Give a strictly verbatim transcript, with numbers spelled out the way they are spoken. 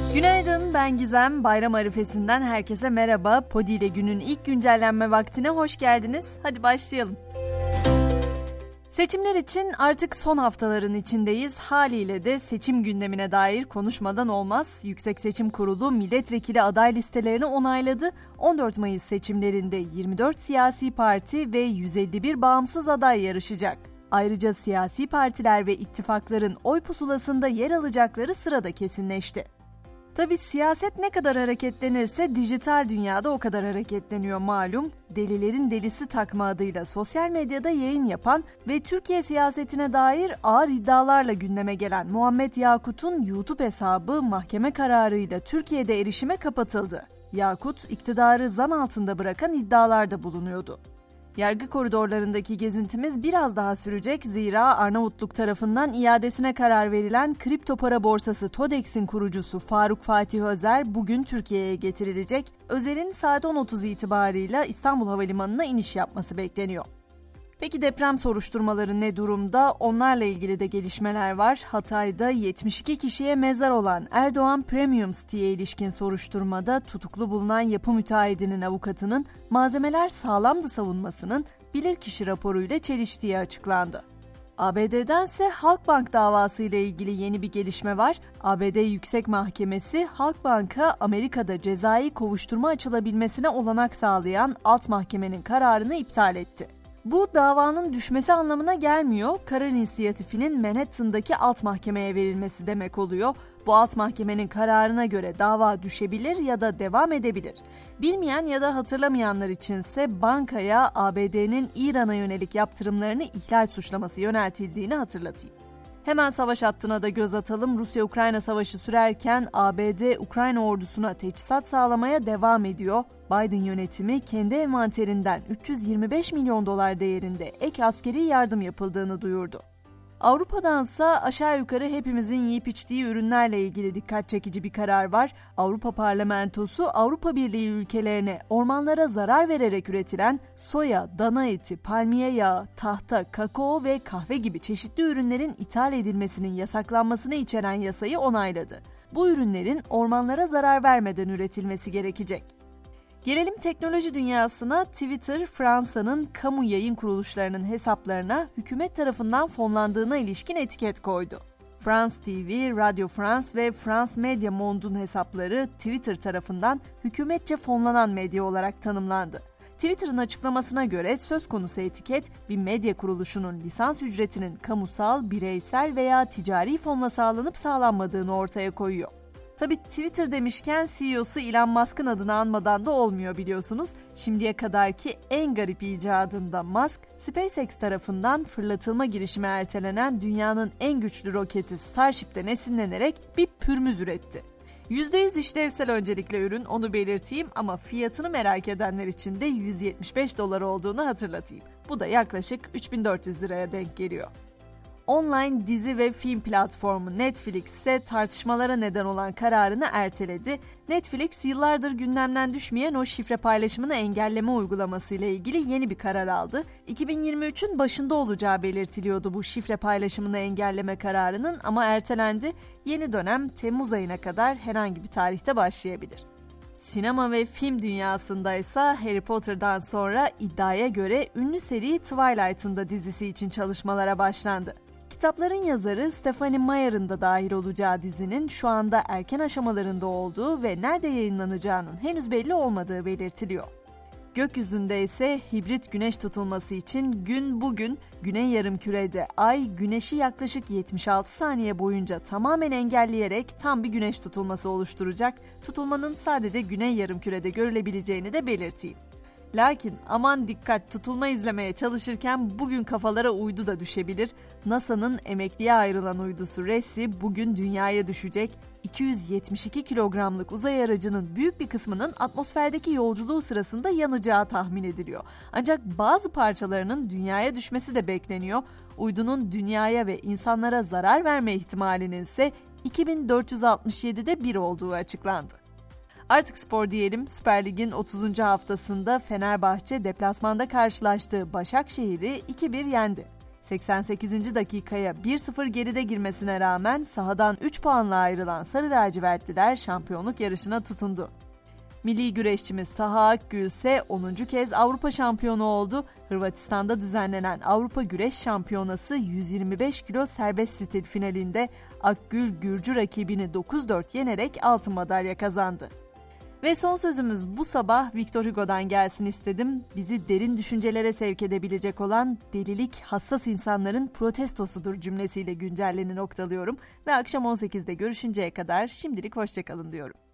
Günaydın, ben Gizem. Bayram arifesinden herkese merhaba. Podi ile günün ilk güncellenme vaktine hoş geldiniz. Hadi başlayalım. Seçimler için artık son haftaların içindeyiz. Haliyle de seçim gündemine dair konuşmadan olmaz. Yüksek Seçim Kurulu milletvekili aday listelerini onayladı. on dört Mayıs seçimlerinde yirmi dört siyasi parti ve yüz elli bir bağımsız aday yarışacak. Ayrıca siyasi partiler ve ittifakların oy pusulasında yer alacakları sırada kesinleşti. Tabii siyaset ne kadar hareketlenirse dijital dünyada o kadar hareketleniyor malum. Delilerin Delisi takma adıyla sosyal medyada yayın yapan ve Türkiye siyasetine dair ağır iddialarla gündeme gelen Muhammed Yakut'un YouTube hesabı mahkeme kararıyla Türkiye'de erişime kapatıldı. Yakut, iktidarı zan altında bırakan iddialarda bulunuyordu. Yargı koridorlarındaki gezintimiz biraz daha sürecek, zira Arnavutluk tarafından iadesine karar verilen kripto para borsası Todex'in kurucusu Faruk Fatih Özer bugün Türkiye'ye getirilecek. Özer'in saat on otuz itibarıyla İstanbul Havalimanı'na iniş yapması bekleniyor. Peki deprem soruşturmaları ne durumda? Onlarla ilgili de gelişmeler var. Hatay'da yetmiş iki kişiye mezar olan Erdoğan Premium City'ye ilişkin soruşturmada tutuklu bulunan yapı müteahhidinin avukatının malzemeler sağlamdı savunmasının bilirkişi raporuyla çeliştiği açıklandı. A B D'dense Halkbank davası ile ilgili yeni bir gelişme var. A B D Yüksek Mahkemesi, Halkbank'a Amerika'da cezai kovuşturma açılabilmesine olanak sağlayan alt mahkemenin kararını iptal etti. Bu davanın düşmesi anlamına gelmiyor. Karar inisiyatifinin Manhattan'daki alt mahkemeye verilmesi demek oluyor. Bu alt mahkemenin kararına göre dava düşebilir ya da devam edebilir. Bilmeyen ya da hatırlamayanlar içinse bankaya A B D'nin İran'a yönelik yaptırımlarını ihlal suçlaması yöneltildiğini hatırlatayım. Hemen savaş hattına da göz atalım. Rusya-Ukrayna savaşı sürerken A B D Ukrayna ordusuna teçhizat sağlamaya devam ediyor. Biden yönetimi kendi envanterinden üç yüz yirmi beş milyon dolar değerinde ek askeri yardım yapıldığını duyurdu. Avrupa'dansa aşağı yukarı hepimizin yiyip içtiği ürünlerle ilgili dikkat çekici bir karar var. Avrupa Parlamentosu Avrupa Birliği ülkelerine ormanlara zarar vererek üretilen soya, dana eti, palmiye yağı, tahta, kakao ve kahve gibi çeşitli ürünlerin ithal edilmesinin yasaklanmasını içeren yasayı onayladı. Bu ürünlerin ormanlara zarar vermeden üretilmesi gerekecek. Gelelim teknoloji dünyasına. Twitter, Fransa'nın kamu yayın kuruluşlarının hesaplarına hükümet tarafından fonlandığına ilişkin etiket koydu. France T V, Radio France ve France Media Monde'un hesapları Twitter tarafından hükümetçe fonlanan medya olarak tanımlandı. Twitter'ın açıklamasına göre söz konusu etiket bir medya kuruluşunun lisans ücretinin kamusal, bireysel veya ticari fonla sağlanıp sağlanmadığını ortaya koyuyor. Tabii Twitter demişken C E O'su Elon Musk'ın adını anmadan da olmuyor biliyorsunuz. Şimdiye kadarki en garip icadında Musk, SpaceX tarafından fırlatılma girişimi ertelenen dünyanın en güçlü roketi Starship'ten esinlenerek bir pürmüz üretti. yüzde yüz işlevsel öncelikle ürün, onu belirteyim, ama fiyatını merak edenler için de yüz yetmiş beş dolar olduğunu hatırlatayım. Bu da yaklaşık üç bin dört yüz liraya denk geliyor. Online dizi ve film platformu Netflix ise tartışmalara neden olan kararını erteledi. Netflix yıllardır gündemden düşmeyen o şifre paylaşımını engelleme uygulaması ile ilgili yeni bir karar aldı. iki bin yirmi üçün başında olacağı belirtiliyordu bu şifre paylaşımını engelleme kararının, ama ertelendi. Yeni dönem Temmuz ayına kadar herhangi bir tarihte başlayabilir. Sinema ve film dünyasındaysa Harry Potter'dan sonra iddiaya göre ünlü seri Twilight'ın da dizisi için çalışmalara başlandı. Kitapların yazarı Stephenie Meyer'ın da dahil olacağı dizinin şu anda erken aşamalarında olduğu ve nerede yayınlanacağının henüz belli olmadığı belirtiliyor. Gökyüzünde ise hibrit güneş tutulması için gün bugün Güney Yarımküre'de Ay, Güneş'i yaklaşık yetmiş altı saniye boyunca tamamen engelleyerek tam bir güneş tutulması oluşturacak. Tutulmanın sadece Güney Yarımküre'de görülebileceğini de belirteyim. Lakin aman dikkat, tutulma izlemeye çalışırken bugün kafalara uydu da düşebilir. NASA'nın emekliye ayrılan uydusu RESI bugün dünyaya düşecek. iki yüz yetmiş iki kilogramlık uzay aracının büyük bir kısmının atmosferdeki yolculuğu sırasında yanacağı tahmin ediliyor. Ancak bazı parçalarının dünyaya düşmesi de bekleniyor. Uydunun dünyaya ve insanlara zarar verme ihtimalinin ise iki bin dört yüz altmış yedide bir olduğu açıklandı. Artık spor diyelim. Süper Lig'in otuzuncu haftasında Fenerbahçe deplasmanda karşılaştığı Başakşehir'i iki bir yendi. seksen sekizinci dakikaya bir sıfır geride girmesine rağmen sahadan üç puanla ayrılan Sarı lacivertliler şampiyonluk yarışına tutundu. Milli güreşçimiz Taha Akgül ise onuncu kez Avrupa şampiyonu oldu. Hırvatistan'da düzenlenen Avrupa Güreş Şampiyonası yüz yirmi beş kilo serbest stil finalinde Akgül Gürcü rakibini dokuz dört yenerek altın madalya kazandı. Ve son sözümüz bu sabah Victor Hugo'dan gelsin istedim. Bizi derin düşüncelere sevk edebilecek olan delilik hassas insanların protestosudur cümlesiyle güncelleni noktalıyorum ve akşam on sekizde görüşünceye kadar şimdilik hoşça kalın diyorum.